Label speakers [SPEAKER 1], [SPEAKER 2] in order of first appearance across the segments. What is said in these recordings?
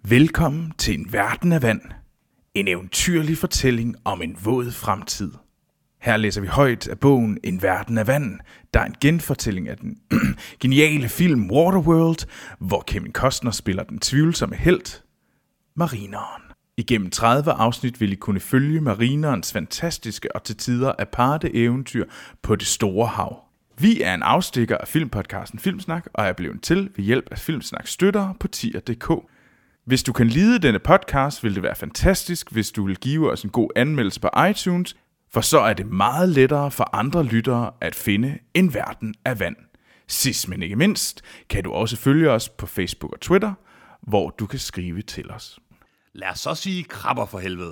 [SPEAKER 1] Velkommen til En Verden af Vand. En eventyrlig fortælling om en våd fremtid. Her læser vi højt af bogen En Verden af Vand, der er en genfortælling af den geniale film Waterworld, hvor Kevin Costner spiller den tvivlsomme helt, marineren. Igennem 30 afsnit vil I kunne følge marinerens fantastiske og til tider aparte eventyr på det store hav. Vi er en afstikker af filmpodcasten Filmsnak, og er blevet til ved hjælp af Filmsnak støttere på tier.dk. Hvis du kan lide denne podcast, vil det være fantastisk, hvis du vil give os en god anmeldelse på iTunes, for så er det meget lettere for andre lyttere at finde En Verden af Vand. Sidst men ikke mindst, kan du også følge os på Facebook og Twitter, hvor du kan skrive til os.
[SPEAKER 2] Lad os så sige krabber for helvede.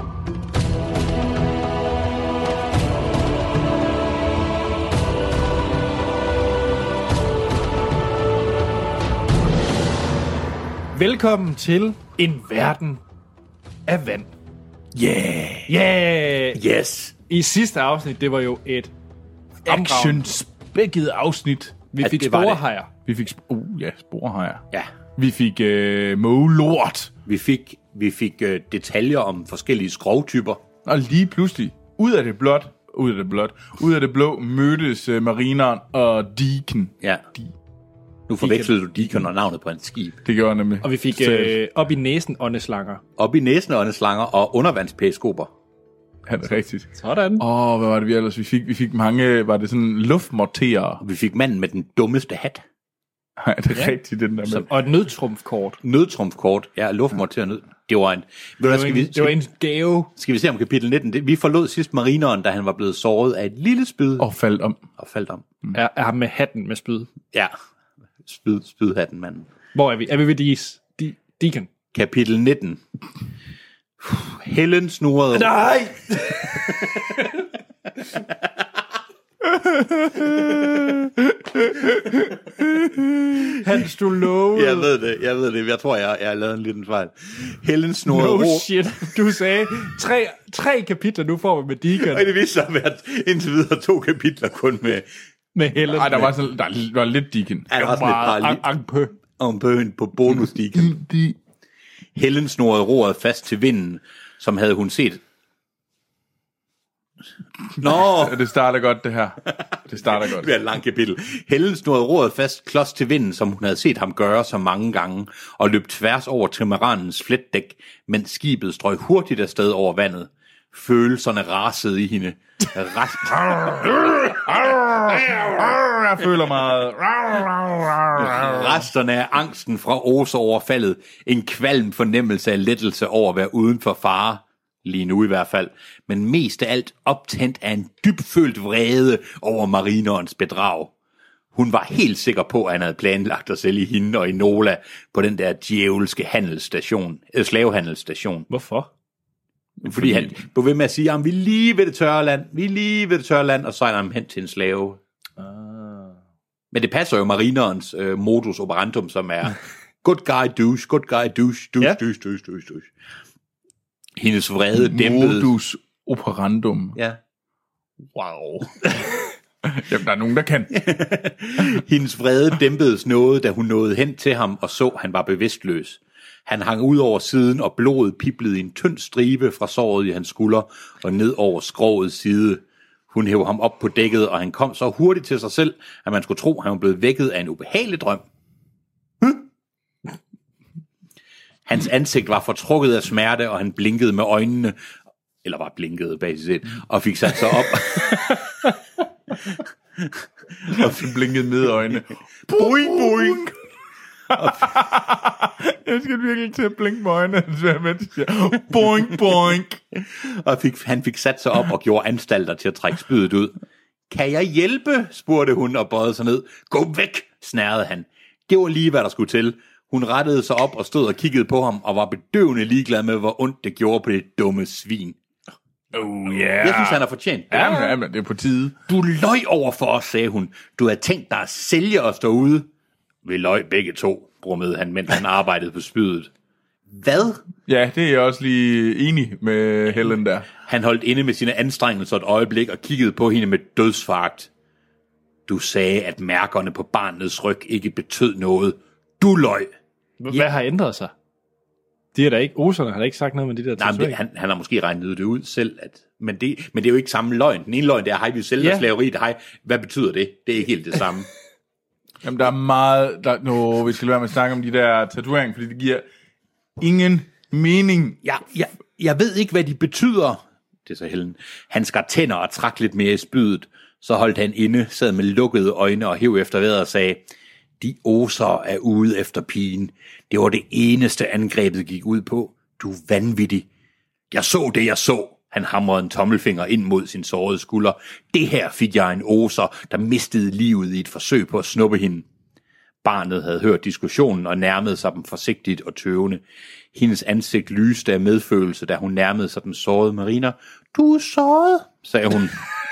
[SPEAKER 3] Velkommen til En Verden af Vand.
[SPEAKER 1] Yeah!
[SPEAKER 2] Yes!
[SPEAKER 3] I sidste afsnit, det var jo et
[SPEAKER 1] action-spækket afsnit.
[SPEAKER 3] Vi fik sporhajer.
[SPEAKER 1] Vi fik sporhajer.
[SPEAKER 2] Ja.
[SPEAKER 1] Vi fik mågelort.
[SPEAKER 2] Vi fik detaljer om forskellige skrovtyper.
[SPEAKER 1] Og lige pludselig, ud af det blå, mødtes marineren og Deacon.
[SPEAKER 2] Ja. Nu forvekslede du Deacon og navnet på hans skib.
[SPEAKER 1] Det gjorde nemlig.
[SPEAKER 3] Og vi fik op i næsen åndeslanger.
[SPEAKER 2] Op i næsen åndeslanger og undervandsperiskoper.
[SPEAKER 1] Ja, det er rigtigt.
[SPEAKER 3] Sådan.
[SPEAKER 1] Hvad var det vi ellers? Vi fik mange, var det sådan luftmorterer?
[SPEAKER 2] Vi fik manden med den dummeste hat.
[SPEAKER 1] Nej, det er rigtigt, den der med.
[SPEAKER 3] Og et nødtrumfkort.
[SPEAKER 2] Nødtrumfkort, ja, luftmorterer nød. Det var en
[SPEAKER 3] gave.
[SPEAKER 2] Skal vi se om kapitel 19? Vi forlod sidst marineren, da han var blevet såret af et lille spyd.
[SPEAKER 1] Og faldt om.
[SPEAKER 3] Er ham med hatten med spyd.
[SPEAKER 2] Ja, spydhatten, manden.
[SPEAKER 3] Hvor er vi? Er vi ved Deacon?
[SPEAKER 2] Kapitel 19. Helen snurrede...
[SPEAKER 3] Nej! Hans, du lovede.
[SPEAKER 2] Jeg ved det. Jeg tror, jeg har lavet en liten fejl. Helen snurrede...
[SPEAKER 3] No shit. Du sagde 3 kapitler, nu får vi med Deacon.
[SPEAKER 2] Og det viste sig at være indtil videre 2 kapitler kun med
[SPEAKER 3] Helen.
[SPEAKER 1] Nej, der var lidt Deacon.
[SPEAKER 2] Ja, der var sådan et par lidt på bonus Deacon. Helen snurrede roret fast til vinden, som havde hun set...
[SPEAKER 1] Det starter godt, det her. Det starter godt.
[SPEAKER 2] Det er et langt kapitel. Helen snurrede roret fast klods til vinden, som hun havde set ham gøre så mange gange, og løb tværs over trimaranens fletdæk, mens skibet strøg hurtigt afsted over vandet. Følelserne rasede i hende.
[SPEAKER 1] Jeg føler meget.
[SPEAKER 2] Resterne af angsten fra Åse-overfaldet. En kvalm fornemmelse af lettelse over at være uden for fare. Lige nu i hvert fald. Men mest af alt optændt af en dybfølt vrede over marinerens bedrag. Hun var helt sikker på, at han havde planlagt at sælge hende og Enola på den der djævelske slavehandelsstation.
[SPEAKER 3] Hvorfor?
[SPEAKER 2] Fordi han blev ved med at sige, at vi er lige ved det tørre land, og sejler ham hen til en slave. Men det passer jo marinerens modus operandum, som er good guy, douche. Hendes vrede dæmpede...
[SPEAKER 1] Modus operandum.
[SPEAKER 2] Ja.
[SPEAKER 1] Wow. Jamen, der er nogen, der kan.
[SPEAKER 2] Hendes vrede dæmpedes noget, da hun nåede hen til ham og så, han var bevidstløs. Han hang ud over siden, og blodet piblede i en tynd stribe fra såret i hans skulder og ned over skrogets side. Hun hævde ham op på dækket, og han kom så hurtigt til sig selv, at man skulle tro, at han var blevet vækket af en ubehagelig drøm. Hans ansigt var fortrukket af smerte, og han blinkede med øjnene, eller var blinkede bag sig og fik sat sig op.
[SPEAKER 1] Og blinkede med øjnene.
[SPEAKER 2] Boing, boing.
[SPEAKER 1] Jeg skal virkelig til at blinke med øjnene, mens jeg siger, boing, boing.
[SPEAKER 2] Og han fik sat sig op og gjorde anstalter til at trække spydet ud. Kan jeg hjælpe? Spurgte hun og bøjede sig ned. Gå væk, snærede han. Det var lige, hvad der skulle til. Hun rettede sig op og stod og kiggede på ham, og var bedøvende ligeglad med, hvor ondt det gjorde på det dumme svin. Jeg synes, han har fortjent det.
[SPEAKER 1] Jamen, det er på tide.
[SPEAKER 2] Du løj over for os, sagde hun. Du havde tænkt dig at sælge os derude. Vi løj begge to, brummede han, mens han arbejdede på spydet. Hvad?
[SPEAKER 1] Ja, det er jeg også lige enig med Helen der.
[SPEAKER 2] Han holdt inde med sine anstrengelser et øjeblik og kiggede på hende med dødsforagt. Du sagde, at mærkerne på barnets ryg ikke betød noget. Du løj.
[SPEAKER 3] Hvad har ændret sig? De er der ikke, oserne har da ikke sagt noget med de der
[SPEAKER 2] Nej, men han har måske regnet det ud selv, men det er jo ikke samme løgn. Den ene løgn, det er, hej, vi sælger slaveri, det hej. Hvad betyder det? Det er ikke helt det samme.
[SPEAKER 1] Jamen, der er meget... vi skal lade være med at snakke om de der tatoveringer, fordi det giver ingen mening.
[SPEAKER 2] Jeg ved ikke, hvad de betyder. Det er så Helen. Han skar tænder og trak lidt mere i spydet. Så holdt han inde, sad med lukkede øjne og hev efter vejret og sagde, de oser er ude efter pigen. Det var det eneste angrebet gik ud på. Du er vanvittig. Jeg så det, jeg så. Han hamrede en tommelfinger ind mod sin sårede skulder. Det her fik jeg en oser, der mistede livet i et forsøg på at snuppe hende. Barnet havde hørt diskussionen og nærmede sig dem forsigtigt og tøvende. Hendes ansigt lyste af medfølelse, da hun nærmede sig den sårede Marina. Du er såret, sagde hun.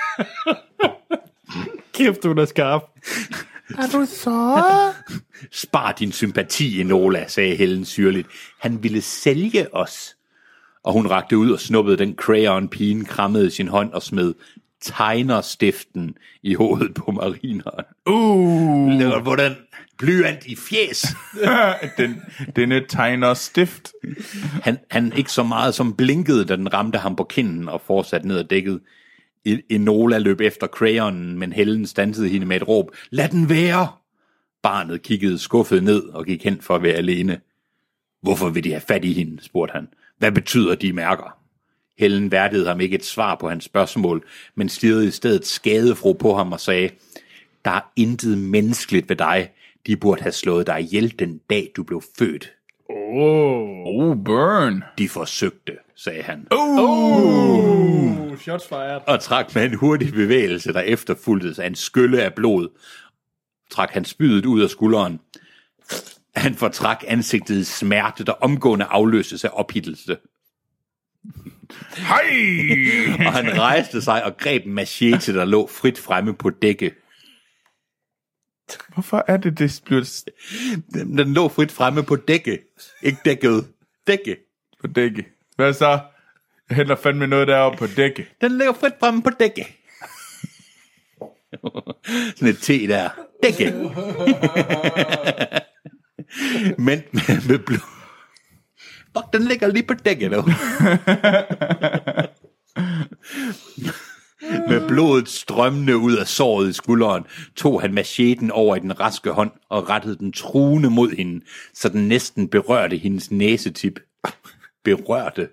[SPEAKER 3] Kæft, du er skarp.
[SPEAKER 1] Er du såret?
[SPEAKER 2] Spar din sympati, Enola, sagde Helen syrligt. Han ville sælge os. Og hun rakte ud og snuppede den crayon, pigen krammede i sin hånd og smed tegnerstiften i hovedet på Marina. Lægger på den blyant i fjes.
[SPEAKER 1] Denne tegnerstift.
[SPEAKER 2] Han ikke så meget som blinkede, da den ramte ham på kinden og fortsatte ned ad dækket. Enola løb efter crayonen, men Helen standsede hende med et råb. Lad den være! Barnet kiggede skuffet ned og gik hen for at være alene. Hvorfor vil de have fat i hende, spurgte han. Hvad betyder de mærker? Helen værtede ham ikke et svar på hans spørgsmål, men stirrede i stedet skadefro på ham og sagde, der er intet menneskeligt ved dig. De burde have slået dig ihjel den dag, du blev født.
[SPEAKER 1] Burn.
[SPEAKER 2] De forsøgte, sagde han.
[SPEAKER 3] Shots fired.
[SPEAKER 2] Og trak med en hurtig bevægelse, der efterfulgtes af en skylle af blod. Trak han spydet ud af skulderen. Han fortrak ansigtet i smerte, der omgående afløstes af ophittelse.
[SPEAKER 1] Hej!
[SPEAKER 2] Og han rejste sig og greb en machete, der lå frit fremme på dække.
[SPEAKER 1] Hvorfor er det bliver...
[SPEAKER 2] Den lå frit fremme på dække. Ikke dækket. Dække.
[SPEAKER 1] På dække. Hvad så? Jeg hælder fandme noget deroppe på dække.
[SPEAKER 2] Den ligger frit fremme på dække. Sådan et te der. Dække. Men med blod. Fuck, den ligger lige på dækket nu. Med blodet strømmende ud af såret i skulderen, tog han macheten over i den raske hånd og rettede den truende mod hende, så den næsten berørte hendes næsetip. Berørte.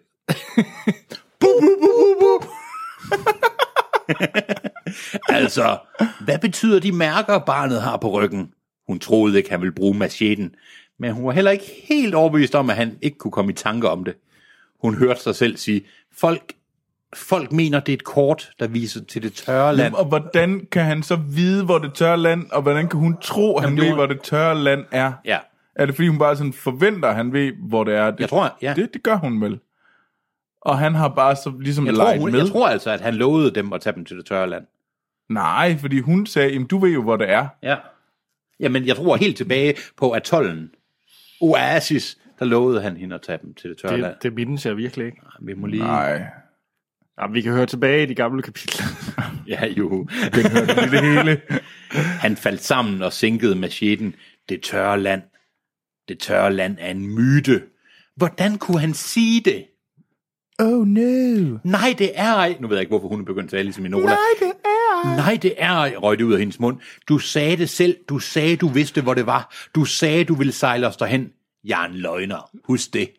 [SPEAKER 2] Altså, hvad betyder de mærker, barnet har på ryggen? Hun troede ikke, han ville bruge macheten, men hun var heller ikke helt overbevist om, at han ikke kunne komme i tanker om det. Hun hørte sig selv sige, folk mener, det er et kort, der viser til det tørre land.
[SPEAKER 1] Og hvordan kan han så vide, hvor det tørre land, og hvordan kan hun tro, han ved, hvor det tørre land er?
[SPEAKER 2] Ja.
[SPEAKER 1] Er det fordi, hun bare sådan forventer, at han ved, hvor det er?
[SPEAKER 2] Jeg tror, ja.
[SPEAKER 1] Det gør hun vel. Og han har bare så ligesom leget med.
[SPEAKER 2] Jeg tror altså, at han lovede dem at tage dem til det tørre land.
[SPEAKER 1] Nej, fordi hun sagde, jamen du ved jo, hvor det er.
[SPEAKER 2] Ja. Jamen, jeg tror helt tilbage på atollen. Oasis, der lovede han hende at tage dem til det tørre land.
[SPEAKER 3] Det mindes jeg virkelig ikke.
[SPEAKER 2] Vi må lige...
[SPEAKER 1] Nej.
[SPEAKER 3] Ja, vi kan høre tilbage i de gamle kapitler.
[SPEAKER 2] Ja, jo.
[SPEAKER 1] Den hørte det hele.
[SPEAKER 2] Han faldt sammen og sænkede macheten. Det tørre land. Det tørre land er en myte. Hvordan kunne han sige det?
[SPEAKER 1] Oh no.
[SPEAKER 2] Nej, det er ej. Nu ved jeg ikke, hvorfor hun er begyndt at tale ligesom Enola. Nej, det er ej, røg det ud af hendes mund. Du sagde det selv. Du sagde, du vidste, hvor det var. Du sagde, du ville sejle os derhen. Jeg er en løgner. Husk det.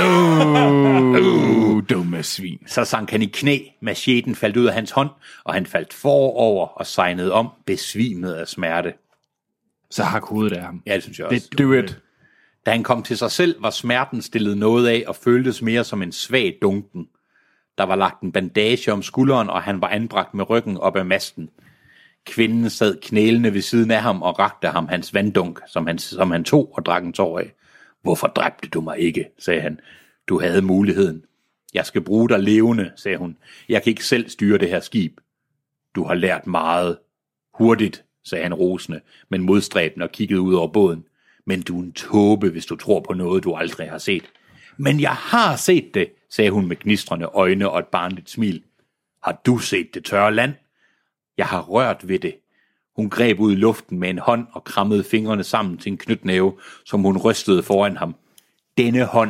[SPEAKER 1] Dumme svin.
[SPEAKER 2] Så sank han i knæ. Macheten faldt ud af hans hånd, og han faldt forover og sejnede om, besvimet af smerte.
[SPEAKER 3] Så har hovedet af ham.
[SPEAKER 2] Ja, det synes jeg også.
[SPEAKER 1] Do it.
[SPEAKER 2] Da han kom til sig selv, var smerten stillet noget af og føltes mere som en svag dunken. Der var lagt en bandage om skulderen, og han var anbragt med ryggen op ad masten. Kvinden sad knælende ved siden af ham og rakte ham hans vanddunk, som han tog og drak en tår af. Hvorfor dræbte du mig ikke, sagde han. Du havde muligheden. Jeg skal bruge dig levende, sagde hun. Jeg kan ikke selv styre det her skib. Du har lært meget. Hurtigt, sagde han rosende, men modstræbende og kiggede ud over båden. Men du er en tåbe, hvis du tror på noget, du aldrig har set. Men jeg har set det, sagde hun med gnistrende øjne og et barnligt smil. Har du set det tørre land? Jeg har rørt ved det. Hun greb ud i luften med en hånd og krammede fingrene sammen til en knytnæve, som hun rystede foran ham. Denne hånd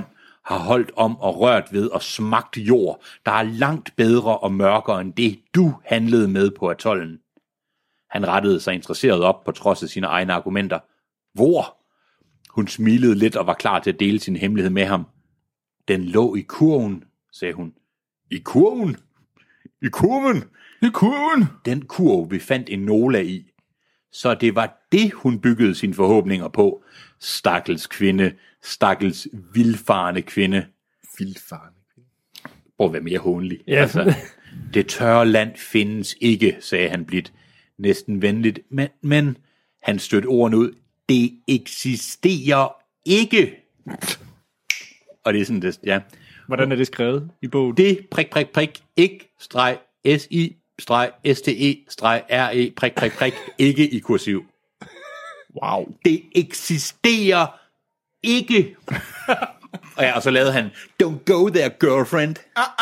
[SPEAKER 2] har holdt om og rørt ved og smagt jord, der er langt bedre og mørkere end det, du handlede med på atollen. Han rettede sig interesseret op på trods af sine egne argumenter. Hvor? Hun smilede lidt og var klar til at dele sin hemmelighed med ham. Den lå i kurven, sagde hun. I kurven? I kurven?
[SPEAKER 1] I kurven?
[SPEAKER 2] Den kurv, vi fandt en Nola i. Så det var det, hun byggede sine forhåbninger på. Stakkels kvinde. Stakkels vildfarende kvinde.
[SPEAKER 1] Vildfarende kvinde.
[SPEAKER 2] Prøv at være mere hånlig.
[SPEAKER 3] Ja.
[SPEAKER 2] Altså, det tørre land findes ikke, sagde han blidt. Næsten venligt. Men han stødte ordene ud. Det eksisterer ikke. Og det er sådan, det, ja.
[SPEAKER 3] Hvordan er det skrevet i bogen?
[SPEAKER 2] Det, ikke, streg, SI, streg, STE, streg, RE, ikke i kursiv.
[SPEAKER 3] Wow.
[SPEAKER 2] Det eksisterer ikke. Og så lavede han, don't go there, girlfriend.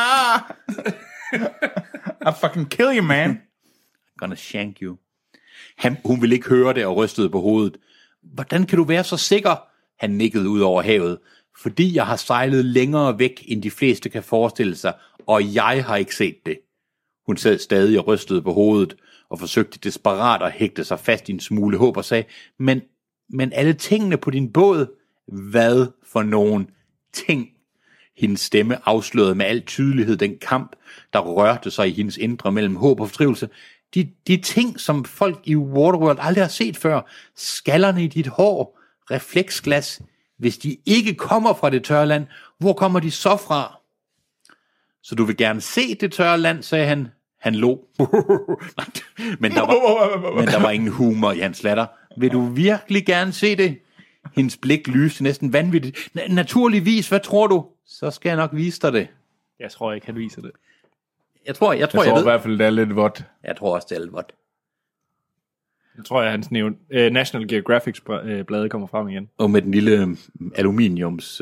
[SPEAKER 1] I'll fucking kill you, man.
[SPEAKER 2] Gonna shank you. Hun ville ikke høre det og rystede på hovedet. Hvordan kan du være så sikker? Han nikkede ud over havet. Fordi jeg har sejlet længere væk, end de fleste kan forestille sig, og jeg har ikke set det. Hun sad stadig og rystede på hovedet, og forsøgte desperat at hægte sig fast i en smule håb og sagde, men alle tingene på din båd, hvad for nogen ting? Hendes stemme afslørede med al tydelighed den kamp, der rørte sig i hendes indre mellem håb og fortrivelse. De ting, som folk i Waterworld aldrig har set før, skallerne i dit hår, refleksglas. Hvis de ikke kommer fra det tørre land, hvor kommer de så fra? Så du vil gerne se det tørre land, sagde han. Han lå. men der var ingen humor i hans latter. Vil du virkelig gerne se det? Hendes blik lyste næsten vanvittigt. Naturligvis, hvad tror du? Så skal jeg nok vise dig det.
[SPEAKER 3] Jeg tror ikke, han viser det.
[SPEAKER 2] Jeg tror
[SPEAKER 1] jeg ved. I hvert fald, det er lidt vådt.
[SPEAKER 2] Jeg tror også, det er lidt vådt.
[SPEAKER 3] Jeg tror, at hans National Geographics blade kommer frem igen.
[SPEAKER 2] Og med den lille aluminiums...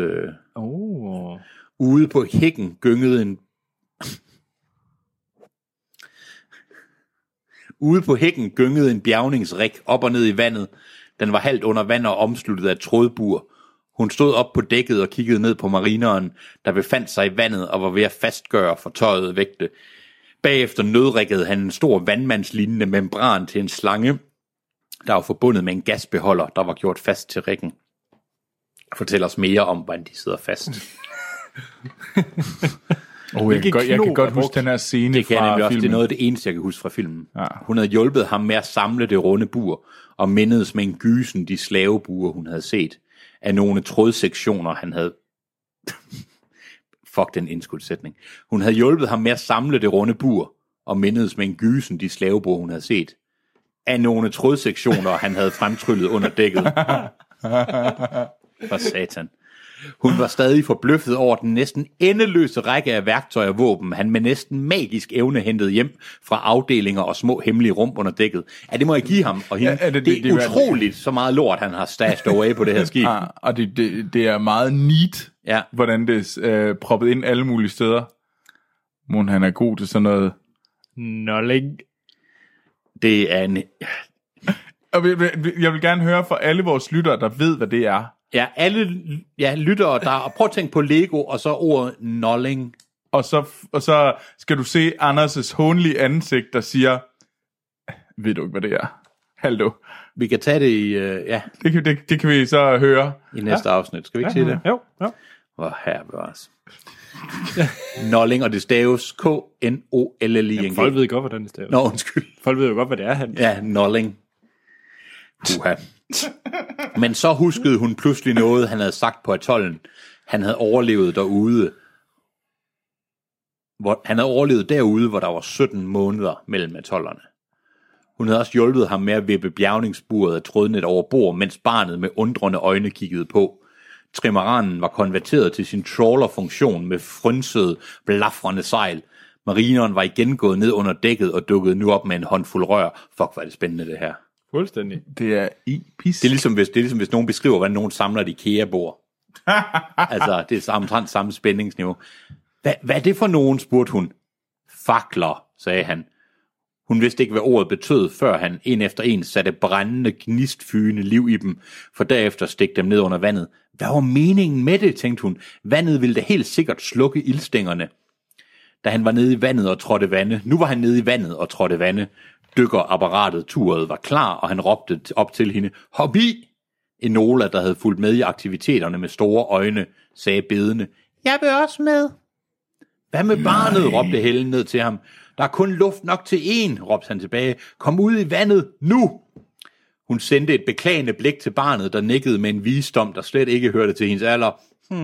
[SPEAKER 2] Ude på hækken gyngede en... Ude på hækken gyngede en bjærgningsrik op og ned i vandet. Den var halvt under vand og omsluttet af trådbur. Hun stod op på dækket og kiggede ned på marineren, der befandt sig i vandet og var ved at fastgøre fortøjede vægte. Bagefter nødrikkede han en stor vandmandslignende membran til en slange, der var forbundet med en gasbeholder, der var gjort fast til riggen. Fortæl os mere om, hvordan de sidder fast.
[SPEAKER 1] Jeg kan godt huske den her scene
[SPEAKER 2] det kan
[SPEAKER 1] fra
[SPEAKER 2] også.
[SPEAKER 1] filmen.
[SPEAKER 2] Det er noget af det eneste, jeg kan huske fra filmen.
[SPEAKER 1] Ja.
[SPEAKER 2] Hun havde hjulpet ham med at samle det runde bur, og mindedes med en gysen de slavebuer, hun havde set, af nogle trådsektioner, han havde... Fuck den indskudssætning. Hun havde hjulpet ham med at samle det runde bur, og mindedes med en gysen de slavebuer, hun havde set, af nogle trådsektioner, han havde fremtryllet under dækket. For satan. Hun var stadig forbløffet over den næsten endeløse række af værktøjer og våben, han med næsten magisk evne hentede hjem fra afdelinger og små hemmelige rum under dækket. Ja, det må jeg give ham. Og hende. Ja, det er utroligt, så meget lort, han har stashed away på det her skib.
[SPEAKER 1] Ja, og det er meget neat, hvordan det er proppet ind alle mulige steder. Mon han er god til sådan noget.
[SPEAKER 3] Nolling.
[SPEAKER 2] Det er en...
[SPEAKER 1] Jeg vil gerne høre fra alle vores lyttere, der ved, hvad det er.
[SPEAKER 2] Ja, alle lyttere, der... Prøv at tænke på Lego, og så ordet nolling.
[SPEAKER 1] Og så skal du se Anders' hånlige ansigt, der siger, ved du ikke, hvad det er? Hallo.
[SPEAKER 2] Vi kan tage det i...
[SPEAKER 1] Det kan vi så høre.
[SPEAKER 2] I næste afsnit. Skal vi ikke sige det?
[SPEAKER 3] Jo.
[SPEAKER 2] Hvor her bevares. Nolling, og det staves K-N-O-L-L-I-N-G.
[SPEAKER 3] Jamen, folk ved godt, hvordan det staves.
[SPEAKER 2] Nå, undskyld.
[SPEAKER 3] Folk ved jo godt, hvad det er, han.
[SPEAKER 2] Ja, nolling. Men så huskede hun pludselig noget, han havde sagt på atollen. Han havde overlevet derude. Han havde overlevet derude, hvor der var 17 måneder mellem atollerne. Hun havde også hjulpet ham med at vippe bjergningsburet af trådnet over bord, mens barnet med undrende øjne kiggede på. Trimaranen var konverteret til sin trawler-funktion med frynsede, blafrende sejl. Marineren var igen gået ned under dækket og dukkede nu op med en håndfuld rør. Fuck, hvor er det spændende det her.
[SPEAKER 3] Fuldstændig.
[SPEAKER 1] Det er episk.
[SPEAKER 2] Det er ligesom hvis nogen beskriver, hvordan nogen samler et IKEA-bord. Altså, det er omtrent samme spændingsniveau. Hvad er det for nogen, spurgte hun. Fakler, sagde han. Hun vidste ikke, hvad ordet betød, før han en efter en satte brændende, gnistfygende liv i dem, for derefter stik dem ned under vandet. Hvad var meningen med det, tænkte hun. Vandet ville da helt sikkert slukke ildstængerne. Da han var nede i vandet og trådte vande. Nu var han nede i vandet og trådte vande. Dykkerapparatet turet var klar, og han råbte op til hende. Hop i! Enola, der havde fulgt med i aktiviteterne med store øjne, sagde bedende. Jeg vil også med. Hvad med barnet, råbte Helen ned til ham. Der er kun luft nok til én, råbte han tilbage. Kom ud i vandet, nu! Hun sendte et beklagende blik til barnet, der nikkede med en visdom, der slet ikke hørte til hendes alder.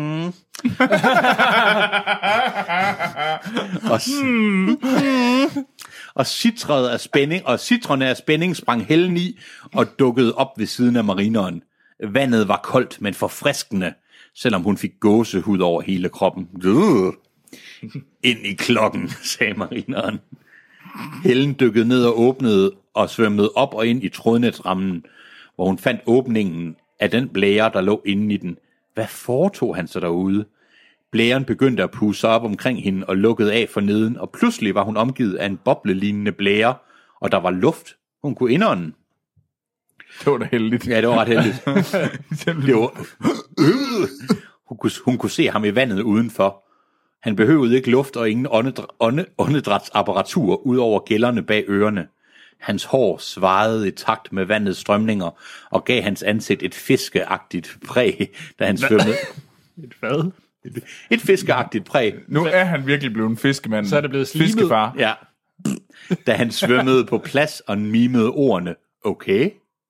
[SPEAKER 2] Og citrene af spænding sprang Helen i og dukkede op ved siden af marineren. Vandet var koldt, men forfriskende, selvom hun fik gåsehud over hele kroppen. Ind i klokken, sagde marineren. Helen dykkede ned og åbnede og svømmede op og ind i trådnetsrammen, hvor hun fandt åbningen af den blære, der lå inde i den. Hvad foretog han så derude? Blæren begyndte at pusse op omkring hende og lukkede af for neden, og pludselig var hun omgivet af en boblelignende blære, og der var luft. Hun kunne indånde.
[SPEAKER 1] Det var da heldigt.
[SPEAKER 2] Ja, det var ret heldigt. Det var... Hun kunne se ham i vandet udenfor. Han behøvede ikke luft og ingen åndedrætsapparatur ud over gællerne bag ørerne. Hans hår svajede i takt med vandets strømninger og gav hans ansigt et fiskeagtigt præg, da han svømmede.
[SPEAKER 3] Et hvad?
[SPEAKER 2] Et fiskeagtigt præg.
[SPEAKER 1] Nu er han virkelig blevet en fiskemand.
[SPEAKER 3] Så er det blevet slimet.
[SPEAKER 1] Fiskefar.
[SPEAKER 2] Ja. Da han svømmede på plads og mimede ordene. Okay.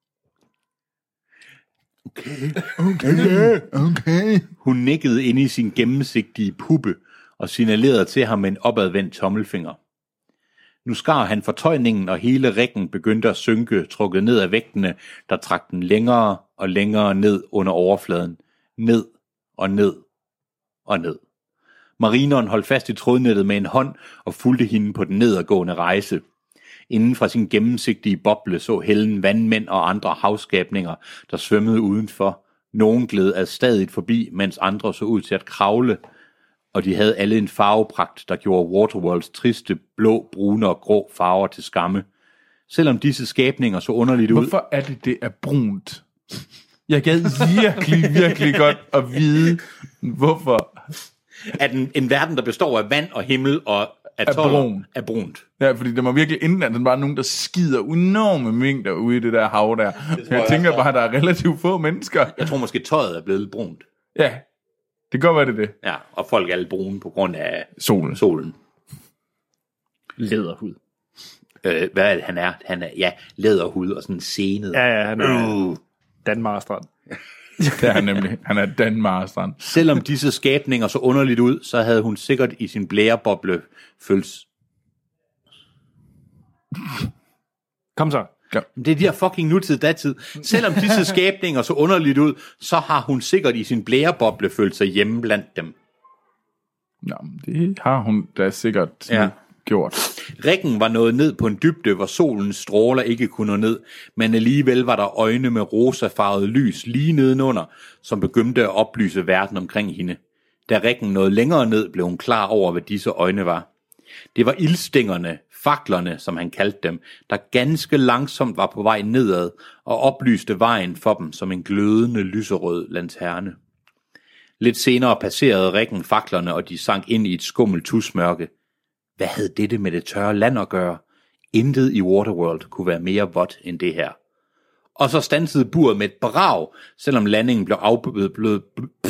[SPEAKER 2] Hun nikkede ind i sin gennemsigtige puppe og signalerede til ham med en opadvendt tommelfinger. Nu skar han fortøjningen, og hele rækken begyndte at synke, trukket ned af vægtene, der trak den længere og længere ned under overfladen. Ned og ned og ned. Marineren holdt fast i trådnettet med en hånd og fulgte hende på den nedadgående rejse. Inden fra sin gennemsigtige boble så Helen vandmænd og andre havskabninger, der svømmede udenfor. Nogen gled adstadigt forbi, mens andre så ud til at kravle, og de havde alle en farvepragt, der gjorde Waterworlds triste, blå, brune og grå farver til skamme. Selvom disse skabninger så underligt ud...
[SPEAKER 1] Hvorfor er det er brunt? Jeg gad virkelig godt at vide, hvorfor...
[SPEAKER 2] At en verden, der består af vand og himmel og atoller, er brunt.
[SPEAKER 1] Ja, fordi der må virkelig inden, at der bare nogen, der skider enorme mængder ude i det der hav der. Jeg tænker bare, at der er relativt få mennesker.
[SPEAKER 2] Jeg tror måske, tøjet er blevet brunt.
[SPEAKER 1] Ja, det kan godt være det.
[SPEAKER 2] Ja, og folk er alle brune på grund af
[SPEAKER 1] solen.
[SPEAKER 3] Læderhud.
[SPEAKER 2] Hvad er det, han er? Han er, ja, læderhud og sådan senet.
[SPEAKER 3] Ja, han er Danmarkstrand.
[SPEAKER 1] Det er han nemlig. Han er Danmarkstrand.
[SPEAKER 2] Selvom disse skabninger så underligt ud, så havde hun sikkert i sin blæreboble føls.
[SPEAKER 3] Kom så.
[SPEAKER 2] Det er de her fucking nutid datid. Selvom disse skabninger så underligt ud, så har hun sikkert i sin blæreboble følt sig hjemme blandt dem.
[SPEAKER 1] Nå, det har hun da sikkert gjort.
[SPEAKER 2] Rækken var nået ned på en dybde, hvor solens stråler ikke kunne nå ned, men alligevel var der øjne med rosafarvet lys lige nedenunder, som begyndte at oplyse verden omkring hende. Da rækken nåede længere ned, blev hun klar over, hvad disse øjne var. Det var ildstængerne, faklerne, som han kaldte dem, der ganske langsomt var på vej nedad og oplyste vejen for dem som en glødende lyserød lanterne. Lidt senere passerede rækken faklerne, og de sank ind i et skummelt tusmørke. Hvad havde dette med det tørre land at gøre? Intet i Waterworld kunne være mere vådt end det her. Og så standsede buret med et brag, selvom landingen blev afbødet.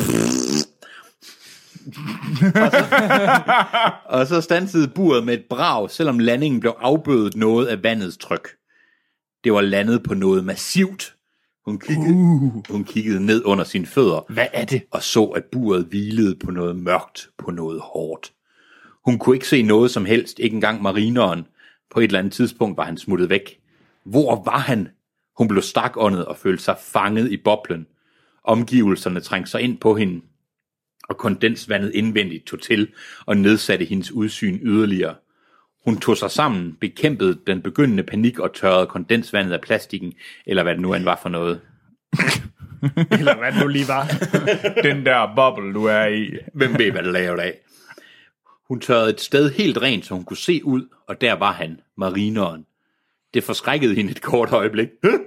[SPEAKER 2] Og så standsede buret med et brag, selvom landingen blev afbødet noget af vandets tryk. Det var landet på noget massivt. Hun kiggede ned under sine fødder.
[SPEAKER 3] Hvad er det?
[SPEAKER 2] Og så, at buret hvilede på noget mørkt, på noget hårdt. Hun kunne ikke se noget som helst, ikke engang marineren. På et eller andet tidspunkt var han smuttet væk. Hvor var han? Hun blev stakåndet og følte sig fanget i boblen. Omgivelserne trængte sig ind på hende, og kondensvandet indvendigt tog til og nedsatte hendes udsyn yderligere. Hun tog sig sammen, bekæmpede den begyndende panik og tørrede kondensvandet af plastikken, eller hvad det nu end var for noget.
[SPEAKER 3] Eller hvad det nu lige var.
[SPEAKER 1] Den der boble, du er i.
[SPEAKER 2] Hvem ved, hvad det lavede af? Hun tørrede et sted helt rent, så hun kunne se ud, og der var han, marineren. Det forskrækkede hende et kort øjeblik.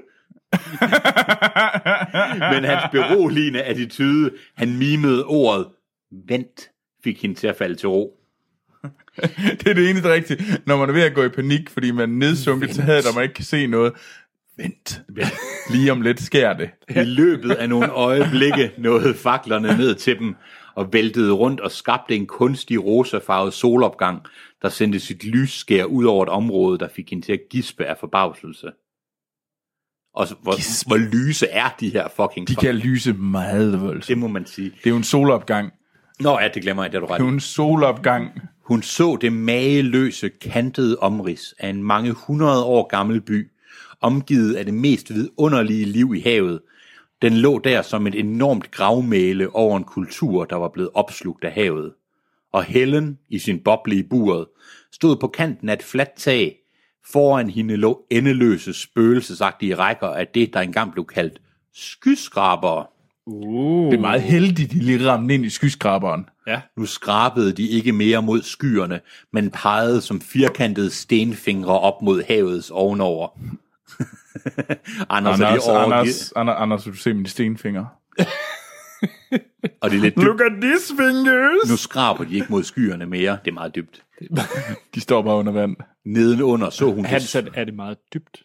[SPEAKER 2] Men hans beroligende attitude, han mimede ordet, vent, fik hende til at falde til ro.
[SPEAKER 1] Det er det eneste rigtige. Når man er ved at gå i panik, fordi man er nedsunket til hadet, og man ikke kan se noget. Vent. Lige om lidt sker det.
[SPEAKER 2] I løbet af nogle øjeblikke nåede faklerne ned til dem, og væltede rundt og skabte en kunstig rosafarvet solopgang, der sendte sit lysskær ud over et område, der fik hende til at gispe af forbavselse. Og hvor lyse er de her fucking...
[SPEAKER 1] De kan lyse meget voldsomt.
[SPEAKER 2] Det må man sige.
[SPEAKER 1] Det er jo en solopgang.
[SPEAKER 2] Nå ja, det glemmer jeg, det er du ret.
[SPEAKER 1] Det er jo en solopgang.
[SPEAKER 2] Hun så det mageløse, kantede omrids af en mange 100 år gammel by, omgivet af det mest vidunderlige liv i havet. Den lå der som et enormt gravmæle over en kultur, der var blevet opslugt af havet. Og Helen, i sin boble i buret, stod på kanten af et fladt tag. Foran hende lå endeløse, spøgelsesagtige rækker af det, der engang blev kaldt skyskrabere.
[SPEAKER 1] Det er meget heldigt, de lige ramte ind i skyskraberen.
[SPEAKER 3] Ja.
[SPEAKER 2] Nu skrabede de ikke mere mod skyerne, men pegede som firkantede stenfingre op mod havets ovenover.
[SPEAKER 1] Anders, du se mine stenfingre.
[SPEAKER 2] Og det er lidt dybt.
[SPEAKER 1] Look at these fingers!
[SPEAKER 2] Nu skraber de ikke mod skyerne mere. Det er meget dybt.
[SPEAKER 1] De står bare under vand.
[SPEAKER 2] Nedenunder så hun...
[SPEAKER 3] Han sagde, er det meget dybt?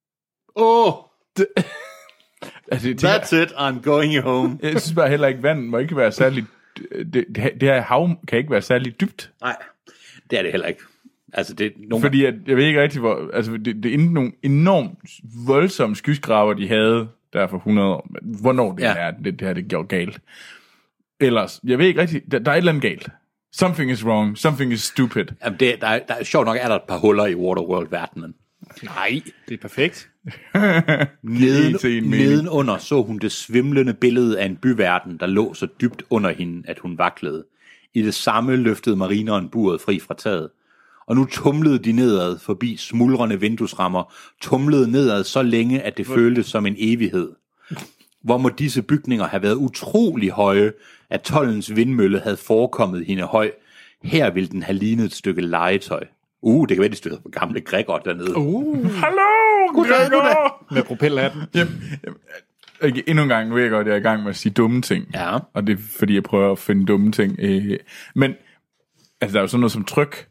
[SPEAKER 2] That's it, I'm going home.
[SPEAKER 1] Jeg synes bare heller ikke, vand må ikke være særlig... Det her hav kan ikke være særlig dybt.
[SPEAKER 2] Nej, det er det heller ikke. Altså det
[SPEAKER 1] Fordi jeg ved ikke rigtig, hvor... Altså, det er nogle enormt voldsomme skyskraber, de havde der for 100 år. Hvornår det er, det her det gjorde galt. Ellers, jeg ved ikke rigtig... Der er et eller andet galt. Something is wrong. Something is stupid.
[SPEAKER 2] Jamen der er sjovt nok, er der et par huller i Waterworld-verdenen.
[SPEAKER 3] Nej, det er perfekt.
[SPEAKER 2] Nedenunder så hun det svimlende billede af en byverden, der lå så dybt under hende, at hun vaklede. I det samme løftede marineren buret fri fra taget. Og nu tumlede de nedad forbi smuldrende vinduesrammer, tumlede nedad så længe, at det føltes som en evighed. Hvor må disse bygninger have været utrolig høje, at toldens vindmølle havde forekommet hende høj. Her ville den have lignet et stykke legetøj. Det kan være, de støder på gamle Gregor dernede.
[SPEAKER 1] Hallo, Gregor!
[SPEAKER 3] Med propelhatten.
[SPEAKER 1] Okay, endnu en gang, nu ved jeg godt, jeg er i gang med at sige dumme ting.
[SPEAKER 2] Ja.
[SPEAKER 1] Og det er, fordi jeg prøver at finde dumme ting. Men, altså, der er jo sådan noget som tryk.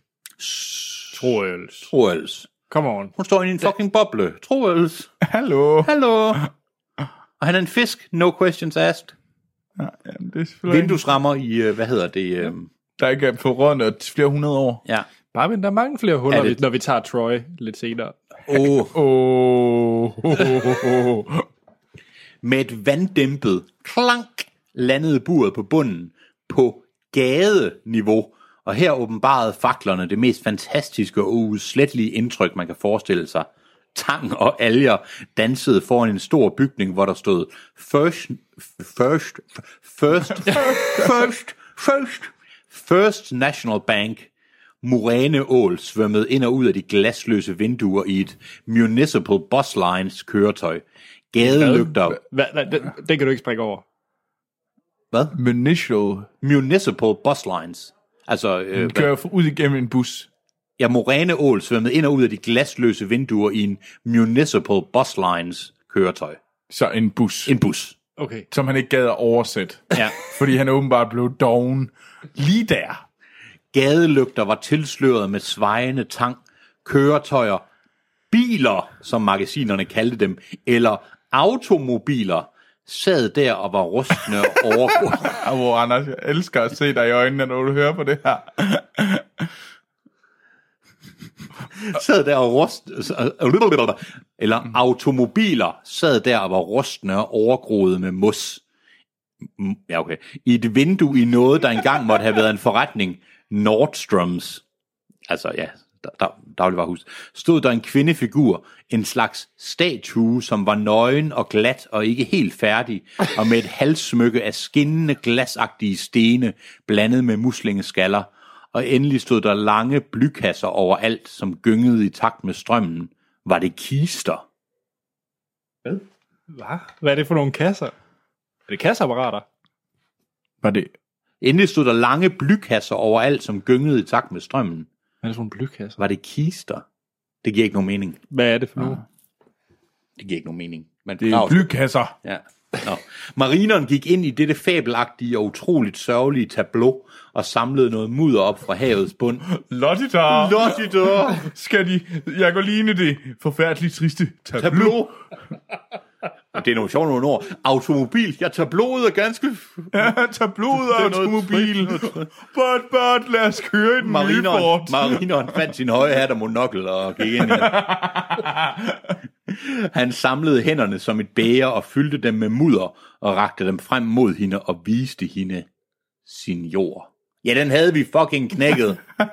[SPEAKER 2] Troels.
[SPEAKER 3] Come on.
[SPEAKER 2] Hun står i en fucking boble. Troels.
[SPEAKER 1] Hallo.
[SPEAKER 2] Og han er en fisk. No questions asked.
[SPEAKER 1] Ja, jamen, det er selvfølgelig
[SPEAKER 2] vinduesrammer i, hvad hedder det?
[SPEAKER 1] Der ikke er på rundt flere 100 år.
[SPEAKER 2] Ja.
[SPEAKER 3] Bare vent, der er mange flere huller, når vi tager Troy lidt senere.
[SPEAKER 2] Med et vanddæmpet klank landede buret på bunden på gadeniveau, og her åbenbarede faklerne det mest fantastiske og uslettelige indtryk, man kan forestille sig. Tang og alger dansede foran en stor bygning, hvor der stod First National Bank. Muræneål svømmede ind og ud af de glasløse vinduer i et Municipal Bus Lines køretøj. Gadelygter...
[SPEAKER 3] Det kan du ikke springe over.
[SPEAKER 2] Hvad?
[SPEAKER 1] Municipal
[SPEAKER 2] Bus Lines. Altså...
[SPEAKER 1] kører ud igennem en bus.
[SPEAKER 2] Ja, muræneål svømmede ind og ud af de glasløse vinduer i en Municipal Bus Lines køretøj.
[SPEAKER 1] Så en bus.
[SPEAKER 2] En bus.
[SPEAKER 3] Okay.
[SPEAKER 1] Som han ikke gad at oversætte.
[SPEAKER 2] Ja.
[SPEAKER 1] Fordi han åbenbart blev doven lige der.
[SPEAKER 2] Gadelygter var tilsløret med svajende tang, køretøjer, biler, som magasinerne kaldte dem, eller automobiler, sad der og var rustne over.
[SPEAKER 1] Anders, jeg elsker at se dig i øjnene, når du hører på det her.
[SPEAKER 2] sad der og automobiler sad der og var rustne og overgroede med mos. Ja, okay. I et vindue i noget, der engang måtte have været en forretning, Nordstroms, altså ja, dagligvarehus, stod der en kvindefigur, en slags statue, som var nøgen og glat og ikke helt færdig, og med et halssmykke af skinnende glasagtige stene, blandet med muslingeskaller, og endelig stod der lange blykasser overalt, som gyngede i takt med strømmen. Var det kister?
[SPEAKER 3] Hvad er det for nogle kasser? Er det kasseapparater?
[SPEAKER 1] Var det...
[SPEAKER 2] Endelig stod der lange blykasser overalt, som gyngede i takt med strømmen.
[SPEAKER 3] Hvad er det for nogle blykasser?
[SPEAKER 2] Var det kister? Det giver ikke nogen mening.
[SPEAKER 3] Hvad er det for noget?
[SPEAKER 2] Det giver ikke nogen mening.
[SPEAKER 1] Det er blykasser.
[SPEAKER 2] Ja. Nå. Marineren gik ind i dette fabelagtige og utroligt sørgelige tableau og samlede noget mudder op fra havets bund.
[SPEAKER 1] Lottitar! Skal de... Jeg går lige ind i det forfærdeligt triste tableau.
[SPEAKER 2] Og det er nogle ord. Automobil. Jeg tager blodet og ganske...
[SPEAKER 1] Ja, tager blodet af automobil. But, lad os køre i den nye Ford.
[SPEAKER 2] Marineren fandt sin høje hat og monokkel og gik ind i det. Han samlede hænderne som et bæger og fyldte dem med mudder og rakte dem frem mod hende og viste hende sin jord. Ja, den havde vi fucking knækket.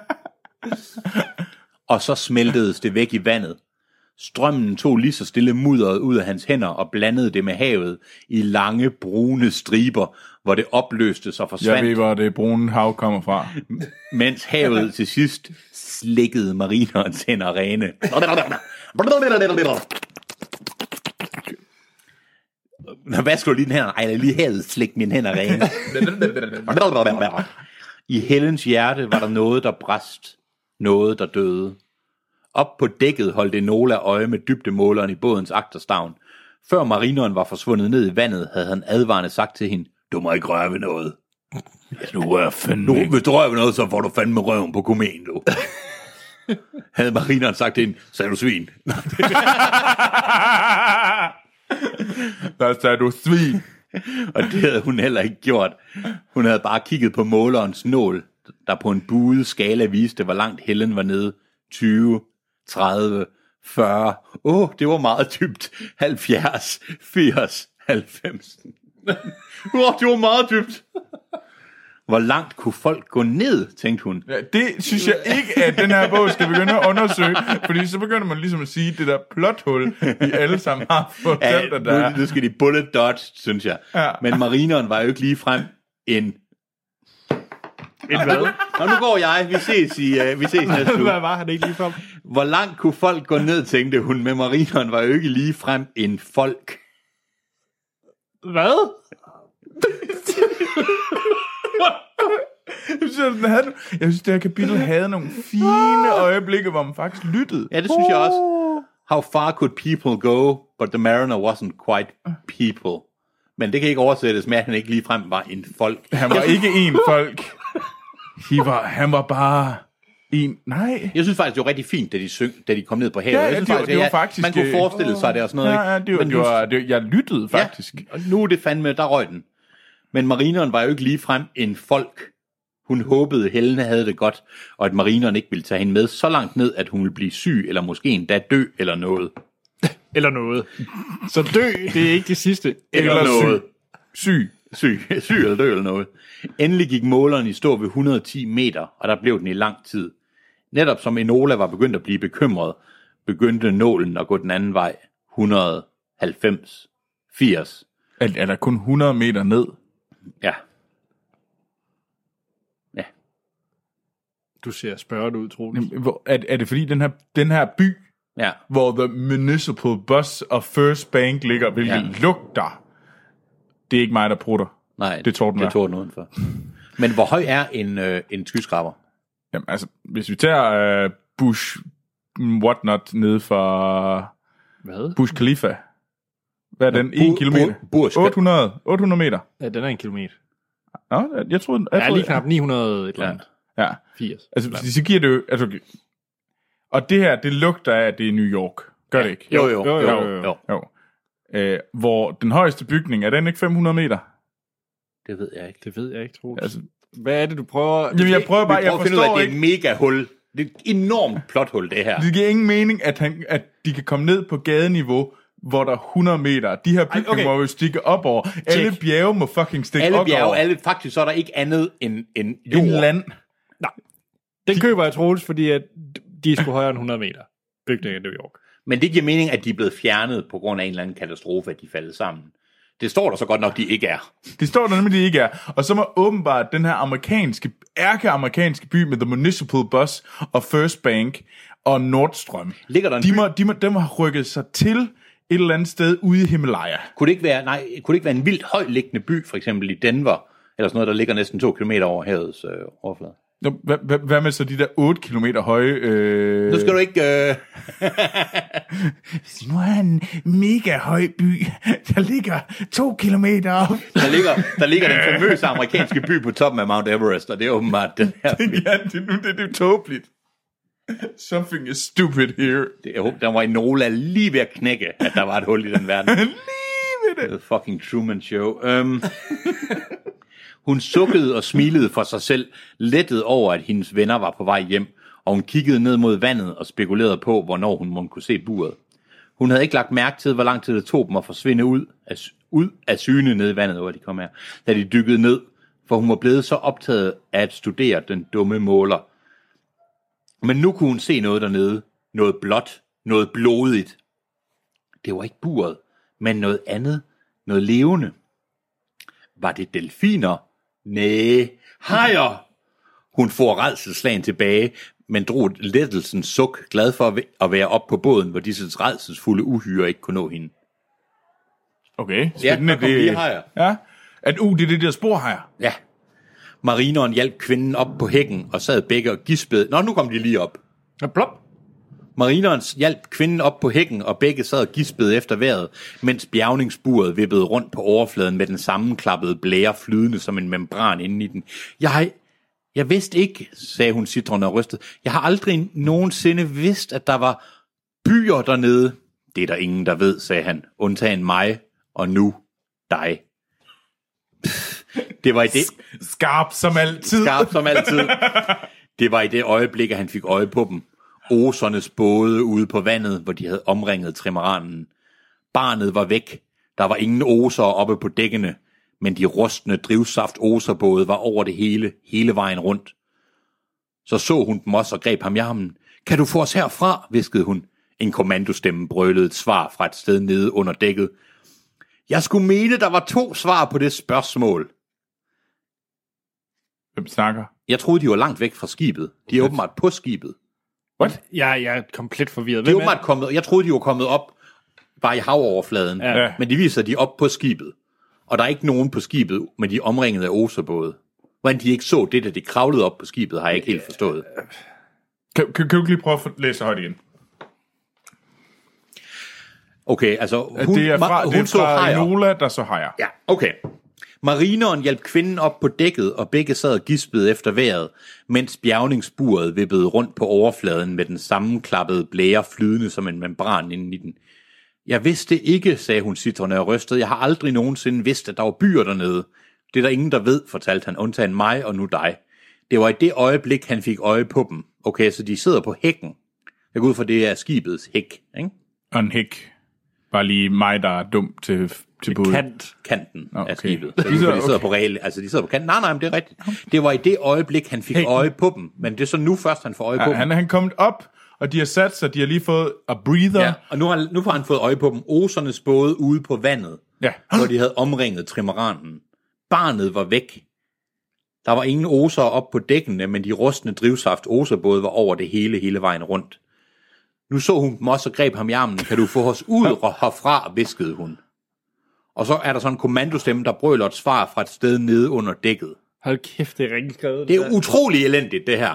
[SPEAKER 2] Og så smeltedes det væk i vandet. Strømmen tog lige så stille mudderet ud af hans hænder og blandede det med havet i lange brune striber, hvor det opløste sig og forsvandt.
[SPEAKER 1] Jeg ved, hvor det brune hav kommer fra.
[SPEAKER 2] Mens havet til sidst slikkede marinerens hænder rene. Hvad skal du lige den hænder? Ej, lige havet slik mine hænder rene. I Helens hjerte var der noget, der brast. Noget, der døde. Op på dækket holdt Enola øje med dybdemåleren i bådens agterstavn. Før marineren var forsvundet ned i vandet, havde han advarende sagt til hende, du må ikke røre ved noget.
[SPEAKER 1] Hvis du
[SPEAKER 2] rører ved noget, så får du fandme røven på komen, du. Havde marineren sagt til hende, så er du svin.
[SPEAKER 1] Der sagde du svin.
[SPEAKER 2] Og det havde hun heller ikke gjort. Hun havde bare kigget på målerens nål, der på en buet skala viste, hvor langt Helen var nede. 20, 30, 40. Det var meget dybt. 70, 80, 90. Det var meget dybt. Hvor langt kunne folk gå ned, tænkte hun.
[SPEAKER 1] Ja, det synes jeg ikke, at den her bog skal begynde at undersøge, fordi så begynder man ligesom at sige, det der plothul, vi alle sammen har fortalt, at der er.
[SPEAKER 2] Nu skal de bullet dodge, synes jeg. Ja. Men marineren var jo ikke lige frem en hvad? Og nu går jeg. Vi ses næste uge.
[SPEAKER 3] Hvad var han ikke lige frem?
[SPEAKER 2] Hvor langt kunne folk gå ned, tænkte hun, med marineren var jo ikke lige frem en folk.
[SPEAKER 3] Hvad?
[SPEAKER 1] Jeg synes, det her kapitel havde nogle fine øjeblikke, hvor man faktisk lyttede.
[SPEAKER 2] Ja, det synes jeg også. How far could people go, but the mariner wasn't quite people. Men det kan ikke oversættes med, at han ikke ligefrem var en folk.
[SPEAKER 1] Han var ikke en folk. Han var bare en... Nej.
[SPEAKER 2] Jeg synes faktisk, det var rigtig fint, da de kom ned på havet.
[SPEAKER 1] Ja,
[SPEAKER 2] jeg synes
[SPEAKER 1] det var faktisk...
[SPEAKER 2] Man kunne forestille sig det og sådan noget.
[SPEAKER 1] Ja, jeg lyttede faktisk.
[SPEAKER 2] Ja, og nu er det fandme, der røg den. Men marineren var jo ikke ligefrem en folk. Hun håbede, Helene havde det godt, og at marineren ikke ville tage hende med så langt ned, at hun ville blive syg, eller måske endda dø, eller noget.
[SPEAKER 3] Eller noget. Så dø, det er ikke det sidste.
[SPEAKER 2] Eller noget.
[SPEAKER 1] Syg
[SPEAKER 2] eller dø, eller noget. Endelig gik måleren i stå ved 110 meter, og der blev den i lang tid. Netop som Enola var begyndt at blive bekymret, begyndte nålen at gå den anden vej. 190, 80.
[SPEAKER 1] Er der kun 100 meter ned?
[SPEAKER 2] Ja.
[SPEAKER 3] Du ser spørget ud, Troels.
[SPEAKER 1] Er det fordi den her by,
[SPEAKER 2] ja,
[SPEAKER 1] hvor The Municipal Bus og First Bank ligger, hvilket lugter, det er ikke mig, der prutter.
[SPEAKER 2] Nej,
[SPEAKER 1] det er
[SPEAKER 2] torden udenfor. Men hvor høj er en skyskraber?
[SPEAKER 1] Jamen altså, hvis vi tager Bush Whatnot ned fra Bush Khalifa. Hvad er den? 1 kilometer? 800 meter.
[SPEAKER 3] Ja, den er 1 kilometer.
[SPEAKER 1] Nå, jeg tror...
[SPEAKER 3] Jeg er lige knap 900 et eller andet.
[SPEAKER 1] Ja.
[SPEAKER 3] 80.
[SPEAKER 1] Altså, så giver det jo... Altså, og det her, det lugter af, at det er New York. Gør det ikke?
[SPEAKER 2] Jo.
[SPEAKER 1] Hvor den højeste bygning, er den ikke 500 meter?
[SPEAKER 2] Det ved jeg ikke.
[SPEAKER 3] Troels. Altså, hvad er det, du prøver...
[SPEAKER 1] Jamen, jeg prøver bare...
[SPEAKER 2] Jeg forstår finde ud af, at det er et mega hul. Det er et enormt plothul, det her.
[SPEAKER 1] Det giver ingen mening, at de kan komme ned på gadeniveau, hvor der er 100 meter. De her bygninger må jo stikke op over. Alle bjerge må fucking stikke op over.
[SPEAKER 2] Faktisk så er der ikke andet end jord.
[SPEAKER 1] En land.
[SPEAKER 3] Nej. Den køber jeg, Troels, fordi at de er sgu højere end 100 meter. Bygninger i New York.
[SPEAKER 2] Men det giver mening, at de er blevet fjernet på grund af en eller anden katastrofe, at de faldet sammen. Det står der så godt nok, de ikke er.
[SPEAKER 1] Det står der nemlig, de ikke er. Og så må åbenbart den her ærkeamerikanske by med The Municipal Bus og First Bank og Nordstrøm.
[SPEAKER 2] Ligger der en
[SPEAKER 1] de må have rykket sig til et eller andet sted ude i Himalaya.
[SPEAKER 2] Kunne det ikke være en vildt højt liggende by, for eksempel i Denver, eller sådan noget, der ligger næsten 2 kilometer over havets overflade?
[SPEAKER 1] Hvad med så de der 8 kilometer høje...
[SPEAKER 2] Nu skal du ikke...
[SPEAKER 1] Nu er en mega høj by, der ligger 2 kilometer op.
[SPEAKER 2] Der ligger den famøse amerikanske by på toppen af Mount Everest, og det er åbenbart den her...
[SPEAKER 1] Ja, det er tåbeligt. Something is stupid here.
[SPEAKER 2] Der var Enola lige ved at knække, at der var et hul i den verden.
[SPEAKER 1] Lige ved det.
[SPEAKER 2] The fucking Truman Show. Hun sukkede og smilede for sig selv, lettet over, at hendes venner var på vej hjem, og hun kiggede ned mod vandet og spekulerede på, hvornår hun kunne se buret. Hun havde ikke lagt mærke til, hvor lang tid det tog dem at forsvinde ud af syne ned i vandet, hvor de kom her, da de dykkede ned, for hun var blevet så optaget af at studere den dumme måler. Men nu kunne hun se noget dernede, noget blåt, noget blodigt. Det var ikke buret, men noget andet, noget levende. Var det delfiner? Næh, hajer! Hun får rædselsslagen tilbage, men drog et lettelsens suk, glad for at være oppe på båden, hvor disse rædselsfulde uhyre ikke kunne nå hende.
[SPEAKER 1] Okay, spændende.
[SPEAKER 2] Ja, der kom lige hajer.
[SPEAKER 1] Ja, det er det der sporhajer.
[SPEAKER 2] Ja. Marineren hjalp kvinden op på hækken og sad begge og gispede. Nå, nu kom de lige op.
[SPEAKER 3] Ja, plop.
[SPEAKER 2] Marineren hjalp kvinden op på hækken, og begge sad og gispede efter vejret, mens bjergningsburet vippede rundt på overfladen med den sammenklappede blære flydende som en membran inde i den. Jeg vidste ikke, sagde hun sitrende og rystede. Jeg har aldrig nogensinde vidst, at der var byer dernede. Det er der ingen, der ved, sagde han, undtagen mig og nu dig. Det var i det...
[SPEAKER 1] Skarp som altid.
[SPEAKER 2] Skarp som altid. Det var i det øjeblik, at han fik øje på dem. Osernes både ude på vandet, hvor de havde omringet trimaranen. Barnet var væk. Der var ingen oser oppe på dækkene, men de rustne drivsaft-oserbåde var over det hele vejen rundt. Så hun dem også og greb ham i armen. Kan du få os herfra, hviskede hun. En kommandostemme brølede et svar fra et sted nede under dækket. Jeg skulle mene, der var 2 svar på det spørgsmål.
[SPEAKER 1] Hvem snakker?
[SPEAKER 2] Jeg troede, de var langt væk fra skibet. De er åbenbart på skibet.
[SPEAKER 1] What?
[SPEAKER 3] Jeg er komplet forvirret.
[SPEAKER 2] De er åbenbart kommet, jeg troede, de var kommet op bare i havoverfladen.
[SPEAKER 3] Ja.
[SPEAKER 2] Men de viser, at de er oppe på skibet. Og der er ikke nogen på skibet, men de er omringet af oserbåde. Hvordan de ikke så det, da de kravlede op på skibet, har jeg ikke helt forstået.
[SPEAKER 1] Kan du lige prøve at læse højt igen?
[SPEAKER 2] Okay, altså...
[SPEAKER 1] Det er fra Enola, der så hajer.
[SPEAKER 2] Ja, okay. Marineren hjalp kvinden op på dækket, og begge sad og gispede efter vejret, mens bjergningsburet vippede rundt på overfladen med den sammenklappede blære flydende som en membran inden i den. Jeg vidste ikke, sagde hun sitrende og rystede. Jeg har aldrig nogensinde vidst, at der var byer dernede. Det er der ingen, der ved, fortalte han, undtagen mig og nu dig. Det var i det øjeblik, han fik øje på dem. Okay, så de sidder på hækken. Jeg går ud fra, det er skibets hæk, ikke?
[SPEAKER 1] Og en hæk. Bare lige mig, der er dum til både.
[SPEAKER 2] Kanten
[SPEAKER 1] okay.
[SPEAKER 2] af skibet. Så de sidder på regel, altså de sidder på kanten. Nej, men det er rigtigt. Det var i det øjeblik, han fik øje på dem. Men det er så nu først, han får øje på dem.
[SPEAKER 1] Han er kommet op, og de har sat sig, de har lige fået a breather.
[SPEAKER 2] Ja, og nu får han fået øje på dem. Osernes både ude på vandet, hvor de havde omringet trimaranen. Barnet var væk. Der var ingen oser op på dækkene, men de rustne drivsaft-oserbåde var over det hele vejen rundt. Nu så hun dem også og greb ham i armen. Kan du få os ud herfra, hviskede hun. Og så er der sådan en kommandostemme, der brøler et svar fra et sted nede under dækket.
[SPEAKER 3] Hold kæft, det er rigtig skrevet.
[SPEAKER 2] Det er utrolig elendigt, det her.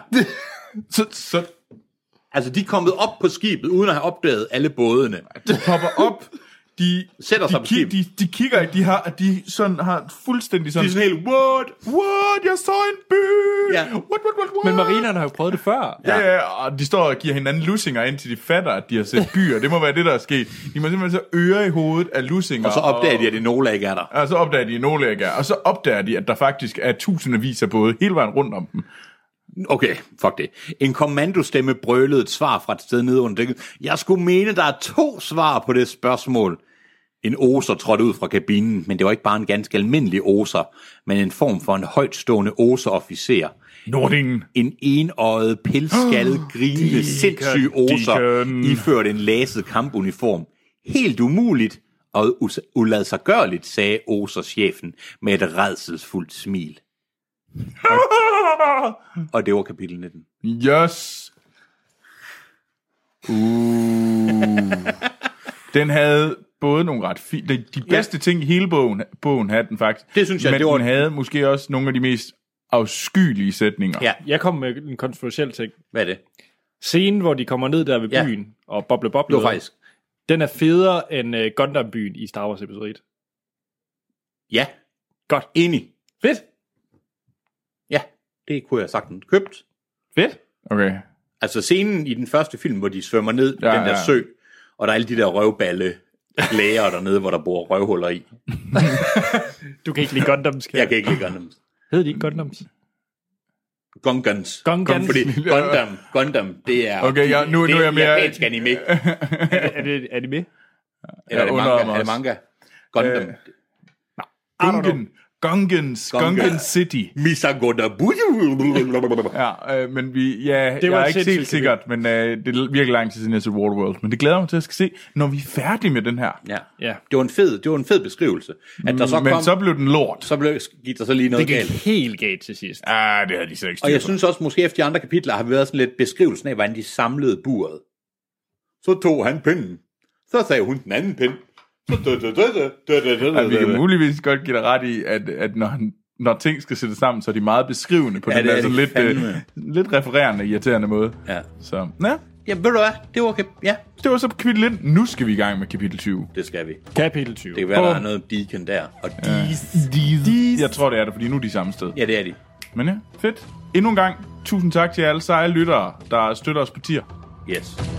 [SPEAKER 1] Altså,
[SPEAKER 2] de er kommet op på skibet, uden at have opdaget alle bådene.
[SPEAKER 1] De popper op, de
[SPEAKER 2] sætter sig på skibet.
[SPEAKER 1] De kigger, de sådan har fuldstændig sådan...
[SPEAKER 2] De er sådan helt, what?
[SPEAKER 1] Jeg så en by!
[SPEAKER 2] Ja.
[SPEAKER 1] What?
[SPEAKER 3] Men marinerne har jo prøvet det før.
[SPEAKER 1] Ja, og de står og giver hinanden lussinger, indtil de fatter, at de har set byer. Det må være det, der er sket. De må simpelthen så øre i hovedet af lussinger.
[SPEAKER 2] Og så opdager de, at Enola ikke er der.
[SPEAKER 1] Og så opdager de, at Enola ikke er. Og så opdager de, at der faktisk er tusindvis af både hele vejen rundt om dem.
[SPEAKER 2] Okay, fuck det. En kommandostemme brølede et svar fra et sted nede under dækket. Jeg skulle mene, der er 2 svar på det spørgsmål. En oser trådte ud fra kabinen, men det var ikke bare en ganske almindelig oser, men en form for en højtstående oserofficer.
[SPEAKER 1] Nordingen.
[SPEAKER 2] En enøjet, pilskaldet, grinende, sindssyg oser, iført en laset kampuniform. Helt umuligt og uladsiggørligt, sagde oserchefen med et rædselsfuldt smil. Og det var kapitel 19.
[SPEAKER 1] Yes. Den havde både nogle ret de bedste ting i hele bogen havde den faktisk.
[SPEAKER 2] Det synes jeg,
[SPEAKER 1] men den havde måske også nogle af de mest afskyelige sætninger.
[SPEAKER 2] Ja,
[SPEAKER 3] Jeg kom med en kontroversiel ting.
[SPEAKER 2] hvad er det?
[SPEAKER 3] Scenen, hvor de kommer ned der ved
[SPEAKER 2] Ja.
[SPEAKER 3] byen og boble.
[SPEAKER 2] Det var faktisk...
[SPEAKER 3] Den er federe end Gundam-byen i Star Wars episode 1.
[SPEAKER 2] Ja,
[SPEAKER 3] Godt.
[SPEAKER 2] enig.
[SPEAKER 3] Fedt.
[SPEAKER 2] Ja, det kunne jeg sagtens købt.
[SPEAKER 3] Fedt.
[SPEAKER 1] Okay.
[SPEAKER 2] Altså scenen i den første film, hvor de svømmer ned i
[SPEAKER 1] Ja,
[SPEAKER 2] den der
[SPEAKER 1] ja.
[SPEAKER 2] sø, og der er alle de der røvballe læger dernede, hvor der bor røvhuller i.
[SPEAKER 3] Du kan ikke lide Gundams.
[SPEAKER 2] Jeg kan ikke lide Gundam.
[SPEAKER 3] Hedder de ikke Gundams?
[SPEAKER 2] Gungans.
[SPEAKER 3] Gungans.
[SPEAKER 2] Fordi Gundam, det er,
[SPEAKER 1] Okay, ja, nu
[SPEAKER 2] det
[SPEAKER 1] er jeg mere...
[SPEAKER 2] japansk anime.
[SPEAKER 3] Er det anime?
[SPEAKER 2] Eller
[SPEAKER 1] undrer mig
[SPEAKER 2] er det manga? Gundam.
[SPEAKER 1] Gungan City.
[SPEAKER 2] Misagoda.
[SPEAKER 1] Ja, men jeg
[SPEAKER 3] var
[SPEAKER 1] er ikke
[SPEAKER 3] sindssygt
[SPEAKER 1] helt sikkert, men det er virkelig lang tid siden jeg så Waterworld. Men det glæder mig til at skal se, når vi er færdige med den her.
[SPEAKER 2] Ja.
[SPEAKER 3] Ja.
[SPEAKER 2] Det var en fed beskrivelse. At der så
[SPEAKER 1] Men
[SPEAKER 2] kom,
[SPEAKER 1] så blev den lort.
[SPEAKER 2] gik der så lige noget
[SPEAKER 3] Det gik
[SPEAKER 2] galt.
[SPEAKER 3] helt galt til sidst.
[SPEAKER 1] Ah, det havde de så ikke styr
[SPEAKER 2] Og jeg
[SPEAKER 1] på.
[SPEAKER 2] synes også, måske efter de andre kapitler har vi været sådan lidt beskrivelsen af, hvordan de samlede buret. Så tog han pinden. Så sagde hun den anden pind. Så
[SPEAKER 1] Altså, vi kan muligvis godt give dig ret i, at når ting skal sættes sammen, så er de meget beskrivende på den
[SPEAKER 2] det er
[SPEAKER 1] der
[SPEAKER 2] de
[SPEAKER 1] sådan
[SPEAKER 2] fandme.
[SPEAKER 1] lidt refererende, irriterende måde.
[SPEAKER 2] Ja.
[SPEAKER 1] Så, ja,
[SPEAKER 2] Ja, ved du hvad? Det var okay. Ja,
[SPEAKER 1] det var så kapitel 1. Nu skal vi i gang med kapitel 20.
[SPEAKER 2] det skal vi.
[SPEAKER 3] Kapitel 20.
[SPEAKER 2] Det kan være, der er noget Deacon der. Og
[SPEAKER 1] Jeg tror, det er det, fordi nu er de samme sted.
[SPEAKER 2] ja, det er de.
[SPEAKER 1] Men ja, fedt. Endnu en gang, tusind tak til alle seje lyttere, der støtter os på tier.
[SPEAKER 2] Yes.